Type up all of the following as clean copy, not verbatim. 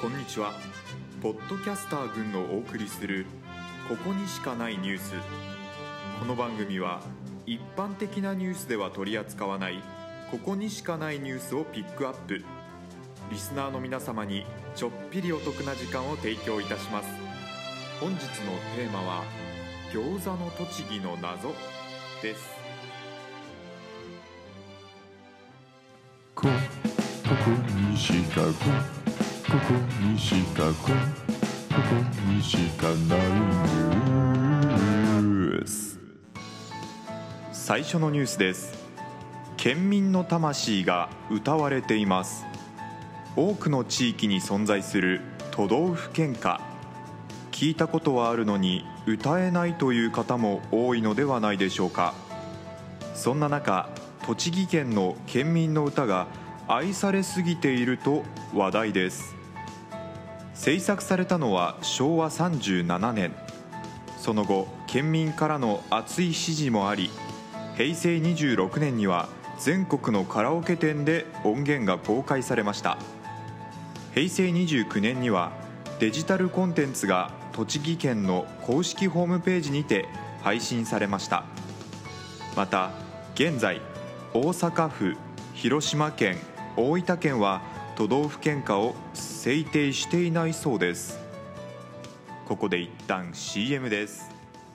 こんにちは。ポッドキャスター群のお送りするここにしかないニュース。この番組は一般的なニュースでは取り扱わないここにしかないニュースをピックアップ、リスナーの皆様にちょっぴりお得な時間を提供いたします。本日のテーマは餃子の栃木の謎です。 こにしかここにしかこにしかないニュース。 最初のニュースです。県民の魂が歌われています。多くの地域に存在する都道府県歌、聞いたことはあるのに歌えないという方も多いのではないでしょうか。そんな中、栃木県の県民の歌が愛されすぎていると話題です。制作されたのは昭和37年。その後、県民からの熱い支持もあり、平成26年には全国のカラオケ店で音源が公開されました。平成29年にはデジタルコンテンツが栃木県の公式ホームページにて配信されました。また現在、大阪府、広島県、大分県は都道府県歌を制定していないそうです。ここで一旦 CM です。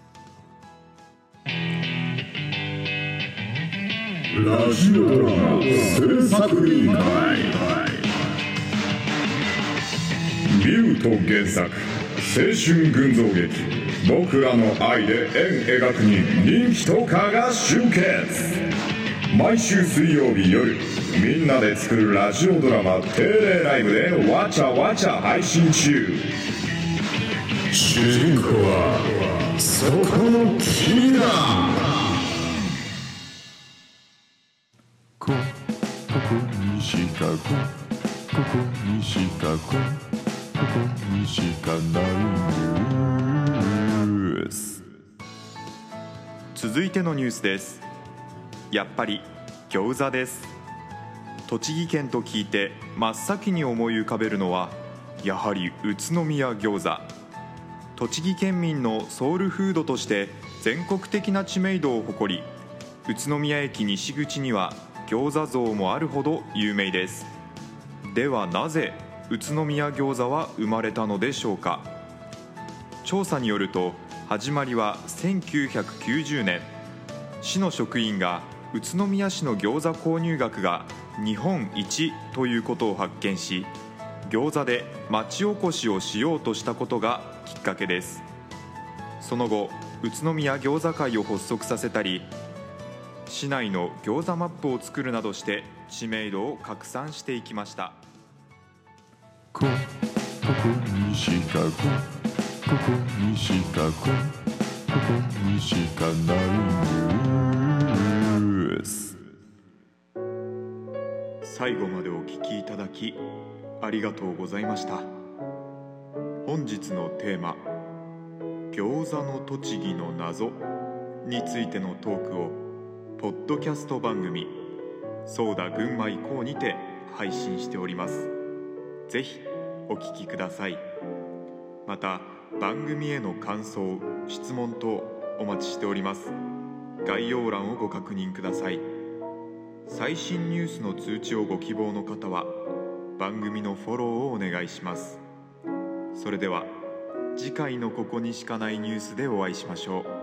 ラジオドラマ制作委員会。 ミュート原作、青春群像劇僕らの愛で円描くに人気とかが集結。毎週水曜日夜、みんなで作るラジオドラマ定例ライブでわちゃわちゃ配信中。 主人公はそこの君だ。こにしかこにしかこにしかないニュース。 続いてのニュースです。やっぱり餃子です。栃木県と聞いて真っ先に思い浮かべるのはやはり宇都宮餃子。栃木県民のソウルフードとして全国的な知名度を誇り、宇都宮駅西口には餃子像もあるほど有名です。ではなぜ宇都宮餃子は生まれたのでしょうか。調査によると、始まりは1990年、市の職員が宇都宮市の餃子購入額が日本一ということを発見し、餃子で町おこしをしようとしたことがきっかけです。その後、宇都宮餃子会を発足させたり、市内の餃子マップを作るなどして知名度を拡散していきました。 こにしかこにしかこにしかないニュース。 最後までお聞きいただきありがとうございました。本日のテーマ、餃子の栃木の謎についてのトークをポッドキャスト番組そうだ群馬以降にて配信しております。ぜひお聞きください。また番組への感想、質問等お待ちしております。概要欄をご確認ください。最新ニュースの通知をご希望の方は番組のフォローをお願いします。それでは次回のここにしかないニュースでお会いしましょう。